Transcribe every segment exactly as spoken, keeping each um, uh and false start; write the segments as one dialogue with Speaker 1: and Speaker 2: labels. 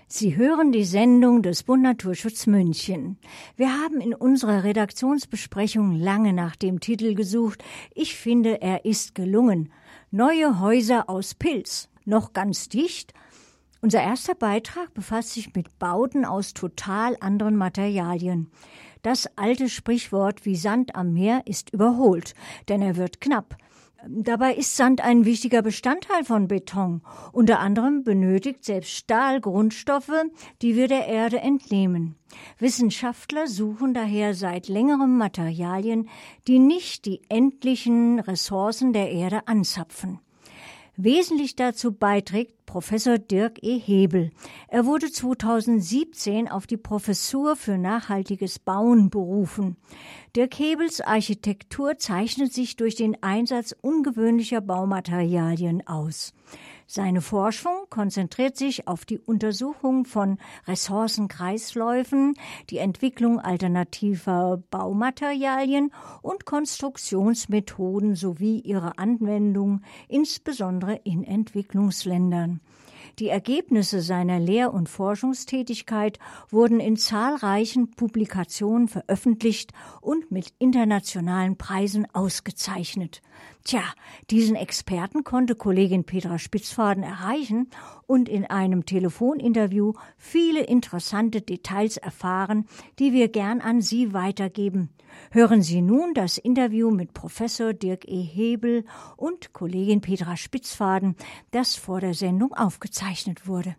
Speaker 1: Sie hören die Sendung des Bund Naturschutz München. Wir haben in unserer Redaktionsbesprechung lange nach dem Titel gesucht. Ich finde, er ist gelungen. Neue Häuser aus Pilz. Noch ganz dicht? Unser erster Beitrag befasst sich mit Bauten aus total anderen Materialien. Das alte Sprichwort wie Sand am Meer ist überholt, denn er wird knapp. Dabei ist Sand ein wichtiger Bestandteil von Beton. Unter anderem benötigt selbst Stahl Grundstoffe, die wir der Erde entnehmen. Wissenschaftler suchen daher seit längerem Materialien, die nicht die endlichen Ressourcen der Erde anzapfen. Wesentlich dazu beiträgt Professor Dirk E. Hebel. Er wurde zweitausendsiebzehn auf die Professur für nachhaltiges Bauen berufen. Dirk Hebels Architektur zeichnet sich durch den Einsatz ungewöhnlicher Baumaterialien aus. Seine Forschung konzentriert sich auf die Untersuchung von Ressourcenkreisläufen, die Entwicklung alternativer Baumaterialien und Konstruktionsmethoden sowie ihre Anwendung, insbesondere in Entwicklungsländern. Die Ergebnisse seiner Lehr- und Forschungstätigkeit wurden in zahlreichen Publikationen veröffentlicht und mit internationalen Preisen ausgezeichnet. Tja, diesen Experten konnte Kollegin Petra Spitzfaden erreichen und in einem Telefoninterview viele interessante Details erfahren, die wir gern an Sie weitergeben. Hören Sie nun das Interview mit Professor Dirk E. Hebel und Kollegin Petra Spitzfaden, das vor der Sendung aufgezeichnet wurde.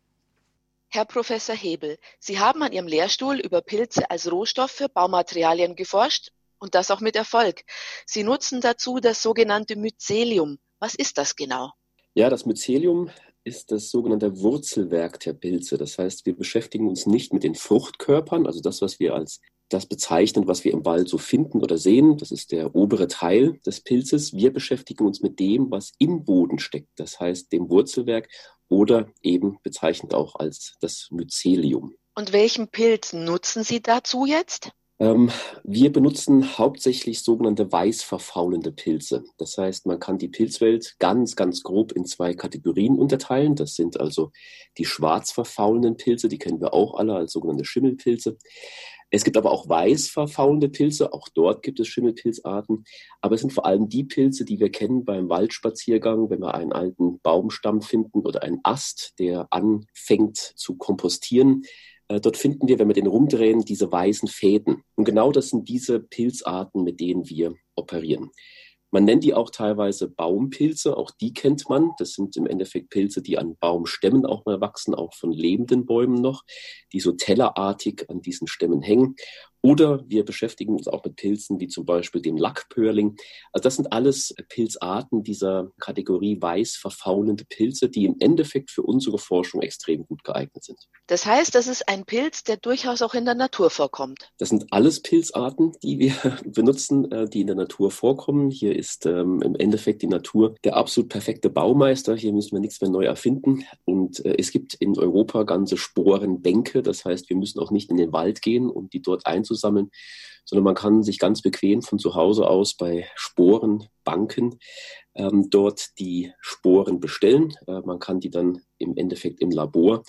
Speaker 2: Herr Professor Hebel, Sie haben an Ihrem Lehrstuhl über Pilze als Rohstoff für Baumaterialien geforscht und das auch mit Erfolg. Sie nutzen dazu das sogenannte Mycelium. Was ist das genau?
Speaker 3: Ja, das Mycelium ist das sogenannte Wurzelwerk der Pilze. Das heißt, wir beschäftigen uns nicht mit den Fruchtkörpern, also das, was wir als das bezeichnen, was wir im Wald so finden oder sehen. Das ist der obere Teil des Pilzes. Wir beschäftigen uns mit dem, was im Boden steckt. Das heißt, dem Wurzelwerk oder eben bezeichnet auch als das Mycelium.
Speaker 2: Und welchen Pilz nutzen Sie dazu jetzt?
Speaker 3: Ähm, wir benutzen hauptsächlich sogenannte weiß verfaulende Pilze. Das heißt, man kann die Pilzwelt ganz, ganz grob in zwei Kategorien unterteilen. Das sind also die schwarz verfaulenden Pilze, die kennen wir auch alle als sogenannte Schimmelpilze. Es gibt aber auch weiß verfaulende Pilze, auch dort gibt es Schimmelpilzarten. Aber es sind vor allem die Pilze, die wir kennen beim Waldspaziergang, wenn wir einen alten Baumstamm finden oder einen Ast, der anfängt zu kompostieren. Dort finden wir, wenn wir den rumdrehen, diese weißen Fäden. Und genau das sind diese Pilzarten, mit denen wir operieren. Man nennt die auch teilweise Baumpilze, auch die kennt man. Das sind im Endeffekt Pilze, die an Baumstämmen auch mal wachsen, auch von lebenden Bäumen noch, die so tellerartig an diesen Stämmen hängen. Oder wir beschäftigen uns auch mit Pilzen wie zum Beispiel dem Lackpörling. Also das sind alles Pilzarten dieser Kategorie weiß verfaulende Pilze, die im Endeffekt für unsere Forschung extrem gut geeignet sind.
Speaker 2: Das heißt, das ist ein Pilz, der durchaus auch in der Natur vorkommt.
Speaker 3: Das sind alles Pilzarten, die wir benutzen, die in der Natur vorkommen. Hier ist ähm, im Endeffekt die Natur der absolut perfekte Baumeister. Hier müssen wir nichts mehr neu erfinden. Und äh, es gibt in Europa ganze Sporenbänke. Das heißt, wir müssen auch nicht in den Wald gehen, um die dort einzusammeln, sondern man kann sich ganz bequem von zu Hause aus bei Sporenbanken ähm, dort die Sporen bestellen. Äh, man kann die dann im Endeffekt im Labor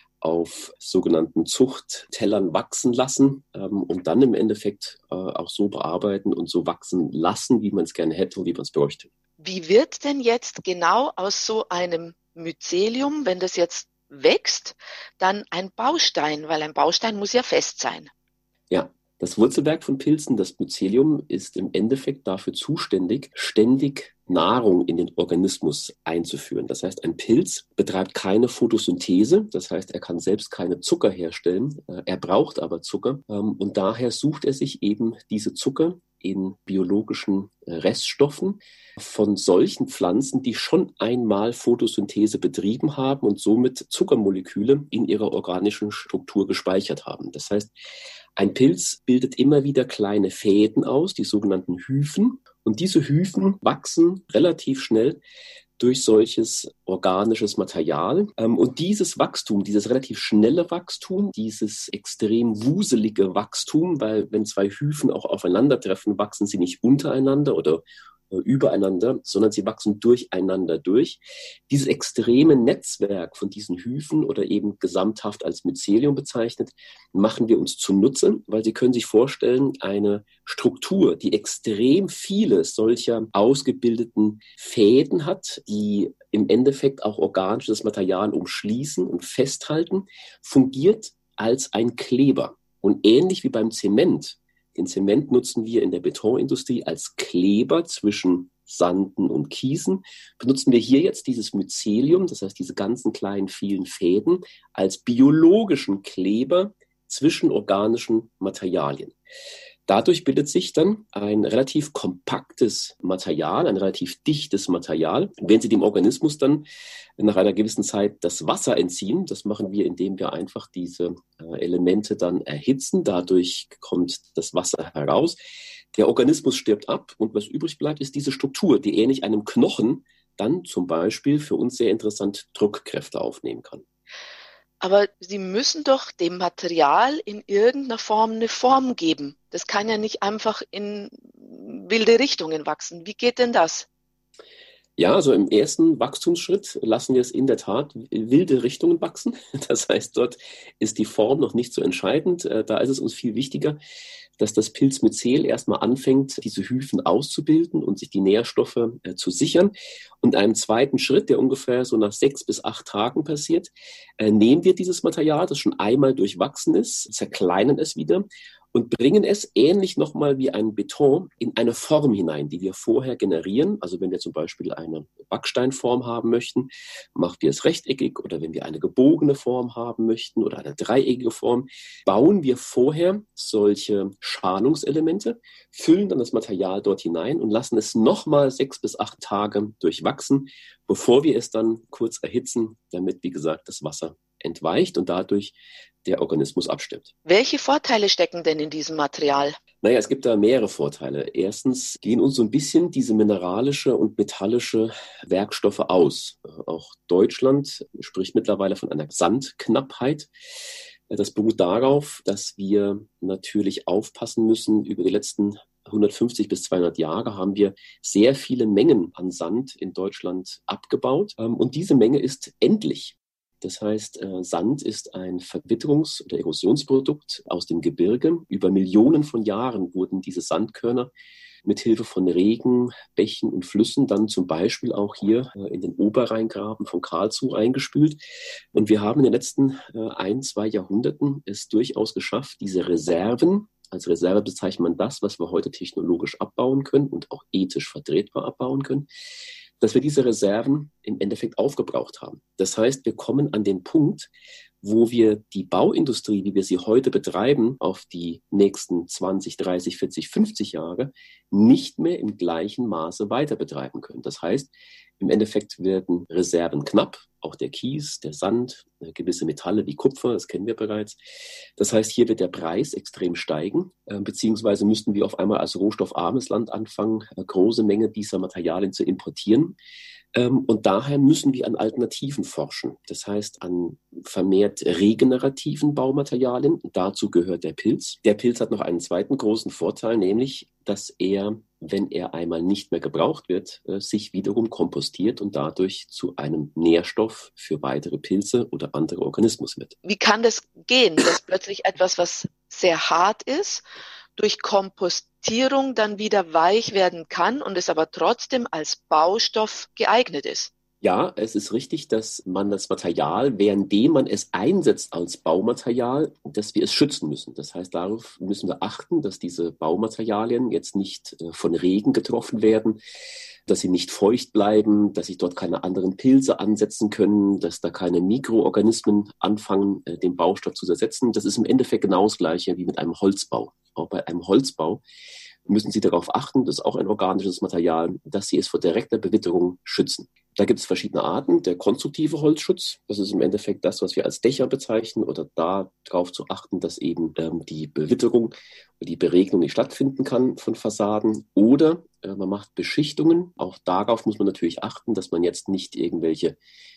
Speaker 3: auf sogenannten Zuchttellern wachsen lassen ähm, und dann im Endeffekt äh, auch so bearbeiten und so wachsen lassen, wie man es gerne hätte und wie man es bräuchte.
Speaker 2: Wie wird denn jetzt genau aus so einem Mycelium, wenn das jetzt wächst, dann ein Baustein? Weil ein Baustein muss ja fest sein.
Speaker 3: Ja, das Wurzelwerk von Pilzen, das Mycelium, ist im Endeffekt dafür zuständig, ständig Nahrung in den Organismus einzuführen. Das heißt, ein Pilz betreibt keine Photosynthese, das heißt, er kann selbst keine Zucker herstellen, er braucht aber Zucker und daher sucht er sich eben diese Zucker in biologischen Reststoffen von solchen Pflanzen, die schon einmal Photosynthese betrieben haben und somit Zuckermoleküle in ihrer organischen Struktur gespeichert haben. Das heißt, ein Pilz bildet immer wieder kleine Fäden aus, die sogenannten Hyphen. Und diese Hyphen wachsen relativ schnell durch solches organisches Material. Und dieses Wachstum, dieses relativ schnelle Wachstum, dieses extrem wuselige Wachstum, weil wenn zwei Hyphen auch aufeinandertreffen, wachsen sie nicht untereinander oder äh, übereinander, sondern sie wachsen durcheinander durch. Dieses extreme Netzwerk von diesen Hyphen oder eben gesamthaft als Mycelium bezeichnet, machen wir uns zunutze, weil Sie können sich vorstellen, eine Struktur, die extrem viele solcher ausgebildeten Fäden hat, die im Endeffekt auch organisches Material umschließen und festhalten, fungiert als ein Kleber. Und ähnlich wie beim Zement, den Zement nutzen wir in der Betonindustrie als Kleber zwischen Sanden und Kiesen, benutzen wir hier jetzt dieses Mycelium, das heißt diese ganzen kleinen, vielen Fäden, als biologischen Kleber zwischen organischen Materialien. Dadurch bildet sich dann ein relativ kompaktes Material, ein relativ dichtes Material. Wenn Sie dem Organismus dann nach einer gewissen Zeit das Wasser entziehen, das machen wir, indem wir einfach diese Elemente dann erhitzen. Dadurch kommt das Wasser heraus. Der Organismus stirbt ab und was übrig bleibt, ist diese Struktur, die ähnlich einem Knochen dann zum Beispiel für uns sehr interessant Druckkräfte aufnehmen kann.
Speaker 2: Aber Sie müssen doch dem Material in irgendeiner Form eine Form geben. Das kann ja nicht einfach in wilde Richtungen wachsen. Wie geht denn das?
Speaker 3: Ja, also im ersten Wachstumsschritt lassen wir es in der Tat in wilde Richtungen wachsen. Das heißt, dort ist die Form noch nicht so entscheidend. Da ist es uns viel wichtiger, dass das Pilzmyzel erstmal anfängt, diese Hyphen auszubilden und sich die Nährstoffe äh, zu sichern. Und einem zweiten Schritt, der ungefähr so nach sechs bis acht Tagen passiert, äh, nehmen wir dieses Material, das schon einmal durchwachsen ist, zerkleinern es wieder und bringen es ähnlich nochmal wie ein Beton in eine Form hinein, die wir vorher generieren. Also wenn wir zum Beispiel eine Backsteinform haben möchten, machen wir es rechteckig, oder wenn wir eine gebogene Form haben möchten oder eine dreieckige Form, bauen wir vorher solche Schalungselemente, füllen dann das Material dort hinein und lassen es nochmal sechs bis acht Tage durchwachsen, bevor wir es dann kurz erhitzen, damit, wie gesagt, das Wasser entweicht und dadurch der Organismus abstirbt.
Speaker 2: Welche Vorteile stecken denn in diesem Material?
Speaker 3: Naja, es gibt da mehrere Vorteile. Erstens gehen uns so ein bisschen diese mineralische und metallische Werkstoffe aus. Auch Deutschland spricht mittlerweile von einer Sandknappheit. Das beruht darauf, dass wir natürlich aufpassen müssen. Über die letzten hundertfünfzig bis zweihundert Jahre haben wir sehr viele Mengen an Sand in Deutschland abgebaut. Und diese Menge ist endlich. Das heißt, Sand ist ein Verwitterungs- oder Erosionsprodukt aus dem Gebirge. Über Millionen von Jahren wurden diese Sandkörner mit Hilfe von Regen, Bächen und Flüssen dann zum Beispiel auch hier in den Oberrheingraben von Karlsruhe eingespült. Und wir haben in den letzten ein, zwei Jahrhunderten es durchaus geschafft, diese Reserven, als Reserve bezeichnet man das, was wir heute technologisch abbauen können und auch ethisch vertretbar abbauen können, dass wir diese Reserven im Endeffekt aufgebraucht haben. Das heißt, wir kommen an den Punkt, wo wir die Bauindustrie, wie wir sie heute betreiben, auf die nächsten zwanzig, dreißig, vierzig, fünfzig Jahre nicht mehr im gleichen Maße weiter betreiben können. Das heißt, im Endeffekt werden Reserven knapp, auch der Kies, der Sand, gewisse Metalle wie Kupfer, das kennen wir bereits. Das heißt, hier wird der Preis extrem steigen, beziehungsweise müssten wir auf einmal als rohstoffarmes Land anfangen, große Menge dieser Materialien zu importieren. Und daher müssen wir an Alternativen forschen. Das heißt, an vermehrt regenerativen Baumaterialien. Dazu gehört der Pilz. Der Pilz hat noch einen zweiten großen Vorteil, nämlich, dass er, wenn er einmal nicht mehr gebraucht wird, sich wiederum kompostiert und dadurch zu einem Nährstoff für weitere Pilze oder andere Organismen wird.
Speaker 2: Wie kann das gehen, dass plötzlich etwas, was sehr hart ist, durch Kompostierung dann wieder weich werden kann und es aber trotzdem als Baustoff geeignet ist?
Speaker 3: Ja, es ist richtig, dass man das Material, währenddem man es einsetzt als Baumaterial, dass wir es schützen müssen. Das heißt, darauf müssen wir achten, dass diese Baumaterialien jetzt nicht äh, von Regen getroffen werden, dass sie nicht feucht bleiben, dass sich dort keine anderen Pilze ansetzen können, dass da keine Mikroorganismen anfangen, äh, den Baustoff zu zersetzen. Das ist im Endeffekt genau das Gleiche wie mit einem Holzbau. Auch bei einem Holzbau müssen Sie darauf achten, das ist auch ein organisches Material, dass Sie es vor direkter Bewitterung schützen. Da gibt es verschiedene Arten. Der konstruktive Holzschutz, das ist im Endeffekt das, was wir als Dächer bezeichnen, oder darauf zu achten, dass eben ähm, die Bewitterung, die Beregnung nicht stattfinden kann von Fassaden. Oder äh, man macht Beschichtungen. Auch darauf muss man natürlich achten, dass man jetzt nicht irgendwelche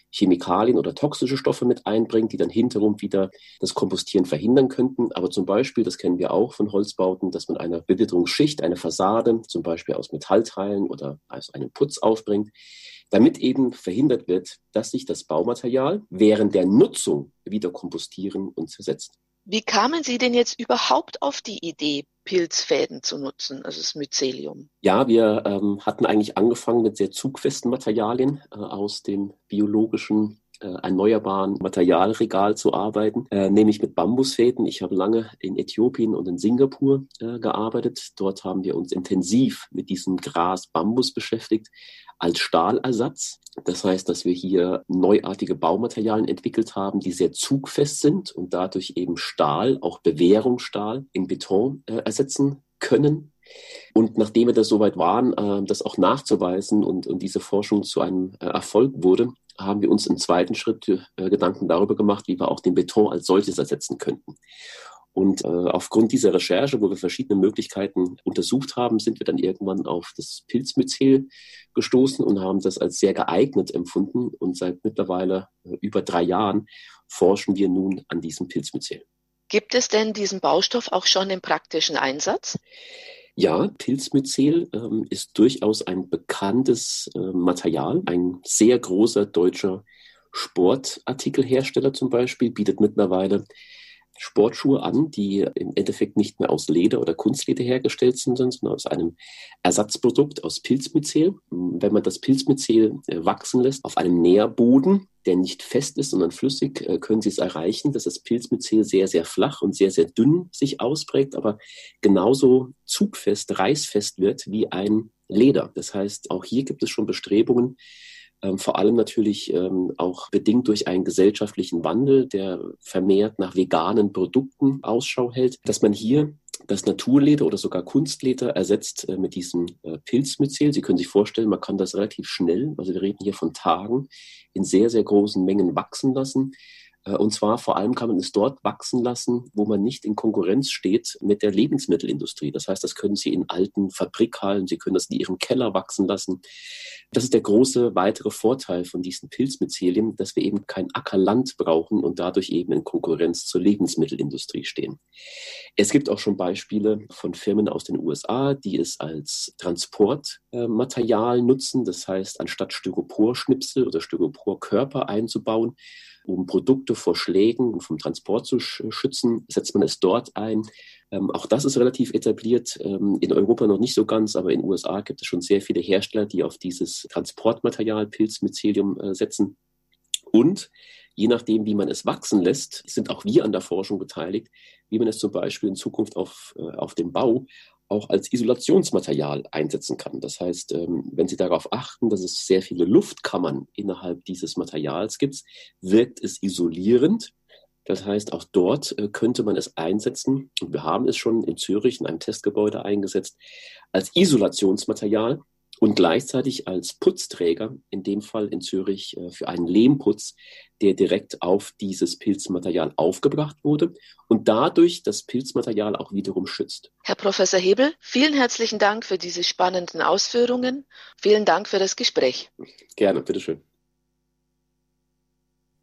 Speaker 3: Chemikalien oder toxische Stoffe mit einbringt, die dann hinterrum wieder das Kompostieren verhindern könnten. Aber zum Beispiel, das kennen wir auch von Holzbauten, dass man eine Bewitterungsschicht, eine Fassade, zum Beispiel aus Metallteilen oder aus einem Putz aufbringt, damit eben verhindert wird, dass sich das Baumaterial während der Nutzung wieder kompostieren und zersetzt.
Speaker 2: Wie kamen Sie denn jetzt überhaupt auf die Idee, Pilzfäden zu nutzen, also das Mycelium?
Speaker 3: Ja, wir ähm, hatten eigentlich angefangen mit sehr zugfesten Materialien äh, aus dem biologischen, äh, erneuerbaren Materialregal zu arbeiten, äh, nämlich mit Bambusfäden. Ich habe lange in Äthiopien und in Singapur äh, gearbeitet. Dort haben wir uns intensiv mit diesem Gras Bambus beschäftigt als Stahlersatz. Das heißt, dass wir hier neuartige Baumaterialien entwickelt haben, die sehr zugfest sind und dadurch eben Stahl, auch Bewährungsstahl, in Beton äh, ersetzen können. Und nachdem wir das soweit waren, äh, das auch nachzuweisen und, und diese Forschung zu einem äh, Erfolg wurde, haben wir uns im zweiten Schritt äh, Gedanken darüber gemacht, wie wir auch den Beton als solches ersetzen könnten. Und äh, aufgrund dieser Recherche, wo wir verschiedene Möglichkeiten untersucht haben, sind wir dann irgendwann auf das Pilzmycel gestoßen und haben das als sehr geeignet empfunden. Und seit mittlerweile äh, über drei Jahren forschen wir nun an diesem Pilzmycel.
Speaker 2: Gibt es denn diesen Baustoff auch schon im praktischen Einsatz?
Speaker 3: Ja, Pilzmycel ähm, ist durchaus ein bekanntes äh, Material. Ein sehr großer deutscher Sportartikelhersteller zum Beispiel bietet mittlerweile Sportschuhe an, die im Endeffekt nicht mehr aus Leder oder Kunstleder hergestellt sind, sondern aus einem Ersatzprodukt aus Pilzmycel. Wenn man das Pilzmycel wachsen lässt auf einem Nährboden, der nicht fest ist, sondern flüssig, können Sie es erreichen, dass das Pilzmycel sehr, sehr flach und sehr, sehr dünn sich ausprägt, aber genauso zugfest, reißfest wird wie ein Leder. Das heißt, auch hier gibt es schon Bestrebungen, Ähm, vor allem natürlich ähm, auch bedingt durch einen gesellschaftlichen Wandel, der vermehrt nach veganen Produkten Ausschau hält, dass man hier das Naturleder oder sogar Kunstleder ersetzt äh, mit diesem äh, Pilzmycel. Sie können sich vorstellen, man kann das relativ schnell, also wir reden hier von Tagen, in sehr, sehr großen Mengen wachsen lassen. Und zwar vor allem kann man es dort wachsen lassen, wo man nicht in Konkurrenz steht mit der Lebensmittelindustrie. Das heißt, das können Sie in alten Fabrikhallen, Sie können das in Ihrem Keller wachsen lassen. Das ist der große weitere Vorteil von diesen Pilzmycelien, dass wir eben kein Ackerland brauchen und dadurch eben in Konkurrenz zur Lebensmittelindustrie stehen. Es gibt auch schon Beispiele von Firmen aus den U S A, die es als Transportmaterial nutzen. Das heißt, anstatt Styroporschnipsel oder Styroporkörper einzubauen, um Produkte vor Schlägen und vom Transport zu schützen, setzt man es dort ein. Ähm, auch das ist relativ etabliert, ähm, in Europa noch nicht so ganz, aber in den U S A gibt es schon sehr viele Hersteller, die auf dieses Transportmaterial Pilzmycelium äh, setzen. Und je nachdem, wie man es wachsen lässt, sind auch wir an der Forschung beteiligt, wie man es zum Beispiel in Zukunft auf, äh, auf dem Bau auch als Isolationsmaterial einsetzen kann. Das heißt, wenn Sie darauf achten, dass es sehr viele Luftkammern innerhalb dieses Materials gibt, wirkt es isolierend. Das heißt, auch dort könnte man es einsetzen, und wir haben es schon in Zürich in einem Testgebäude eingesetzt, als Isolationsmaterial und gleichzeitig als Putzträger, in dem Fall in Zürich für einen Lehmputz, der direkt auf dieses Pilzmaterial aufgebracht wurde und dadurch das Pilzmaterial auch wiederum schützt.
Speaker 2: Herr Professor Hebel, vielen herzlichen Dank für diese spannenden Ausführungen. Vielen Dank für das Gespräch.
Speaker 3: Gerne, bitteschön.